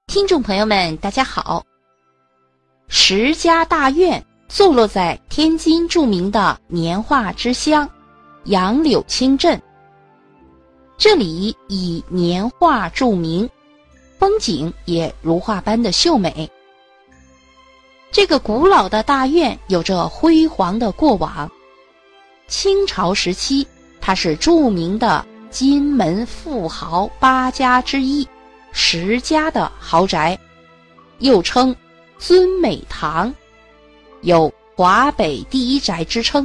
听众朋友们，大家好。石家大院坐落在天津著名的年画之乡杨柳青镇，这里以年画著名，风景也如画般的秀美。这个古老的大院有着辉煌的过往，清朝时期它是著名的金门富豪8家之一石家的豪宅，又称尊美堂，有华北第一宅之称。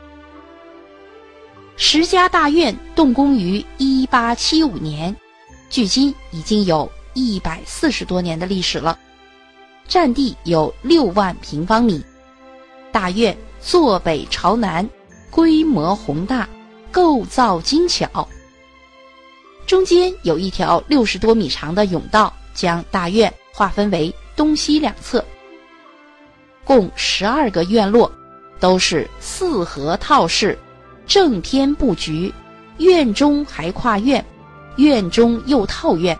石家大院动工于1875年，距今已经有140多年的历史了，占地有6万平方米。大院坐北朝南，规模宏大，构造精巧。中间有一条60多米长的甬道，将大院划分为东西两侧，共12个院落，都是4合套式，正天布局，院中还跨院，院中又套院。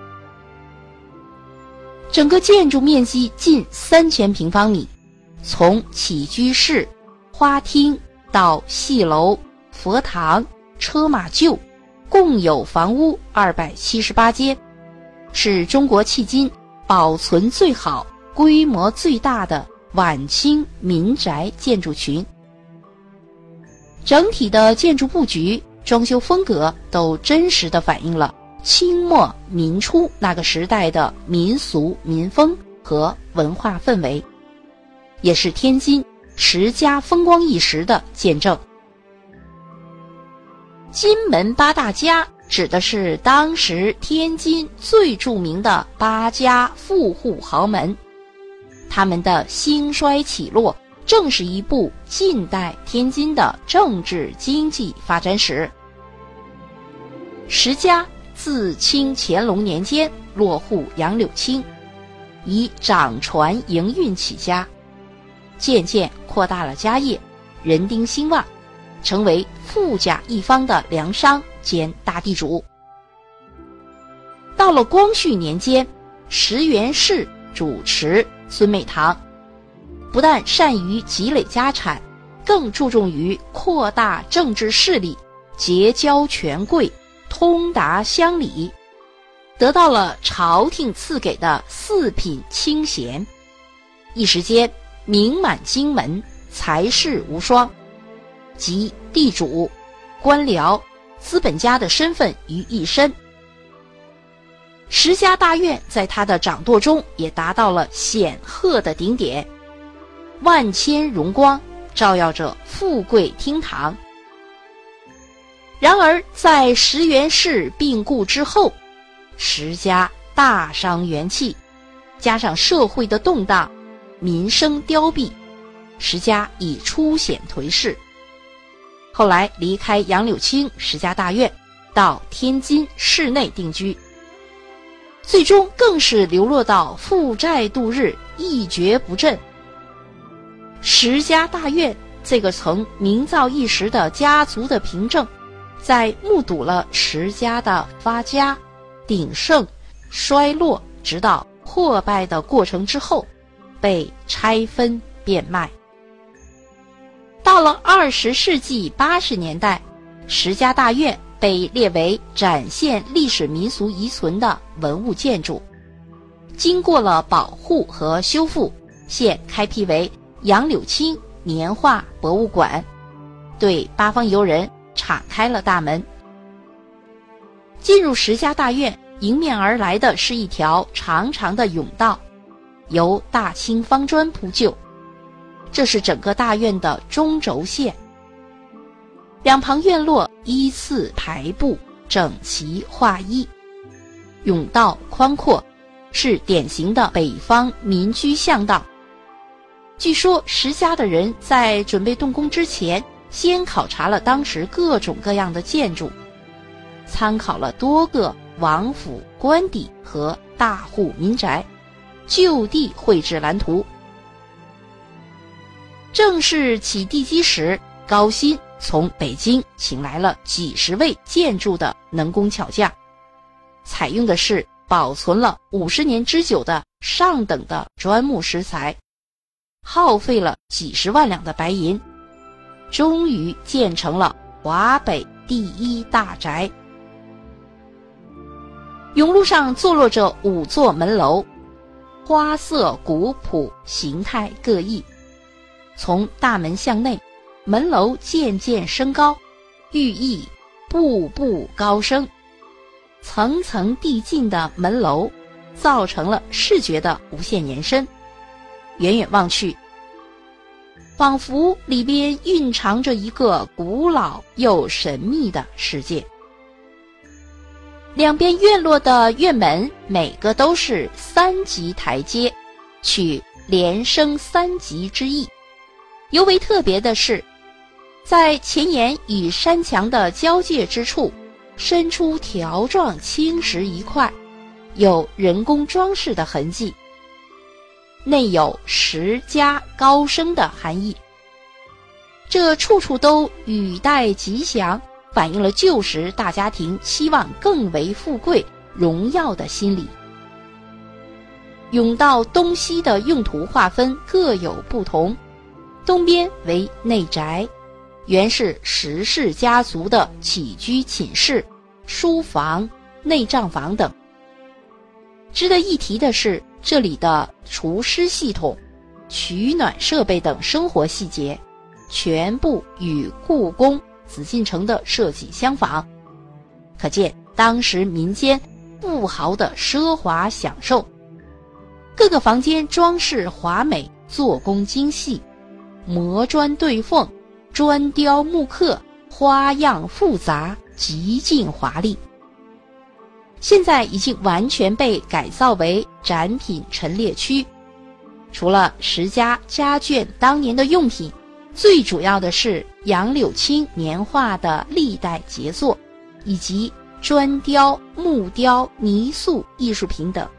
整个建筑面积近3000平方米，从起居室、花厅到戏楼、佛堂、车马厩，共有房屋278间，是中国迄今保存最好、规模最大的晚清民宅建筑群。整体的建筑布局、装修风格都真实地反映了清末民初那个时代的民俗民风和文化氛围，也是天津石家风光一时的见证。金门8大家指的是当时天津最著名的8家富户豪门，他们的兴衰起落正是一部近代天津的政治经济发展史。石家自清乾隆年间落户杨柳青，以掌船营运起家，渐渐扩大了家业，人丁兴旺，成为富甲一方的粮商兼大地主。到了光绪年间，石原氏主持孙美堂，不但善于积累家产，更注重于扩大政治势力，结交权贵，通达乡里，得到了朝廷赐给的4品清衔，一时间名满京门，才势无双，集地主、官僚、资本家的身份于一身。石家大院在他的掌舵中也达到了显赫的顶点，万千荣光照耀着富贵厅堂。然而在石原氏病故之后，石家大伤元气，加上社会的动荡，民生凋敝，石家已初显颓势。后来离开杨柳青石家大院，到天津市内定居，最终更是流落到负债度日，一蹶不振。石家大院这个曾名噪一时的家族的凭证，在目睹了石家的发家、鼎盛、衰落，直到破败的过程之后，被拆分变卖。到了20世纪80年代，石家大院被列为展现历史民俗遗存的文物建筑，经过了保护和修复，现开辟为杨柳青年画博物馆，对八方游人敞开了大门。进入石家大院，迎面而来的是一条长长的甬道，由大青方砖铺就，这是整个大院的中轴线。两旁院落依次排布，整齐划一，甬道宽阔，是典型的北方民居巷道。据说石家的人在准备动工之前，先考察了当时各种各样的建筑，参考了多个王府官邸和大户民宅，就地绘制蓝图。正式起地基时，高新从北京请来了几十位建筑的能工巧匠，采用的是保存了50年之久的上等的砖木石材，耗费了几十万两的白银，终于建成了华北第一大宅。甬路上坐落着5座门楼，花色古朴，形态各异。从大门向内，门楼渐渐升高，寓意步步高升。层层递进的门楼造成了视觉的无限延伸，远远望去，仿佛里边蕴藏着一个古老又神秘的世界。两边院落的院门每个都是3级台阶，取连升3级之意。尤为特别的是，在前檐与山墙的交界之处伸出条状青石一块，有人工装饰的痕迹，内有10家高升的含义。这处处都语带吉祥，反映了旧时大家庭希望更为富贵荣耀的心理。甬道东西的用途划分各有不同，东边为内宅，原是石氏家族的起居寝室、书房、内账房等。值得一提的是，这里的除湿系统、取暖设备等生活细节全部与故宫紫禁城的设计相仿，可见当时民间富豪的奢华享受。各个房间装饰华美，做工精细，磨砖对缝，砖雕木刻，花样复杂，极尽华丽。现在已经完全被改造为展品陈列区，除了10家家眷当年的用品，最主要的是杨柳青年画的历代杰作，以及砖雕、木雕、泥塑艺术品等。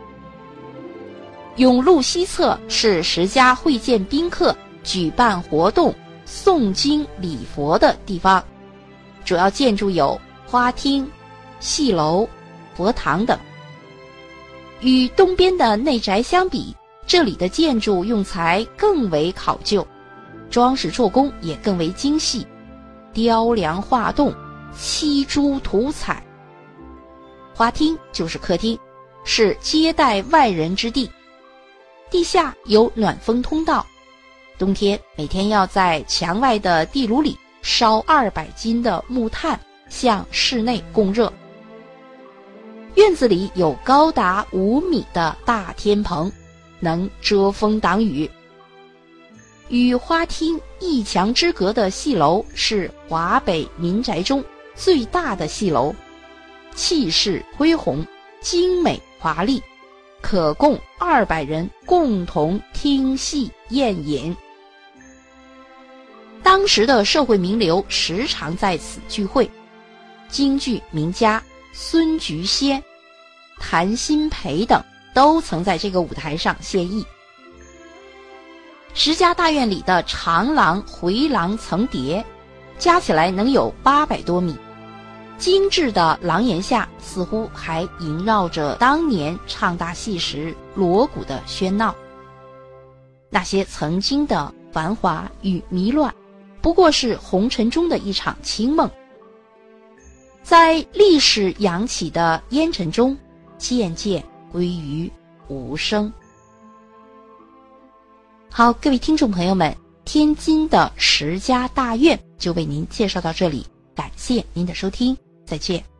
甬路西侧是10家会见宾客、举办活动、诵经礼佛的地方，主要建筑有花厅、戏楼、佛堂等。与东边的内宅相比，这里的建筑用材更为考究，装饰做工也更为精细，雕梁画栋，漆珠涂彩。花厅就是客厅，是接待外人之地，地下有暖风通道，冬天每天要在墙外的地炉里烧200斤的木炭向室内供热。院子里有高达5米的大天棚，能遮风挡雨。与花厅一墙之隔的戏楼是华北民宅中最大的戏楼，气势恢宏，精美华丽，可供200人共同听戏宴饮。当时的社会名流时常在此聚会，京剧名家孙菊仙、谭鑫培等都曾在这个舞台上献艺。10家大院里的长廊、回廊层叠，加起来能有800多米。精致的廊檐下似乎还萦绕着当年唱大戏时锣鼓的喧闹。那些曾经的繁华与迷乱，不过是红尘中的一场清梦，在历史扬起的烟尘中渐渐归于无声。好，各位听众朋友们，天津的10家大院就为您介绍到这里，感谢您的收听，再见。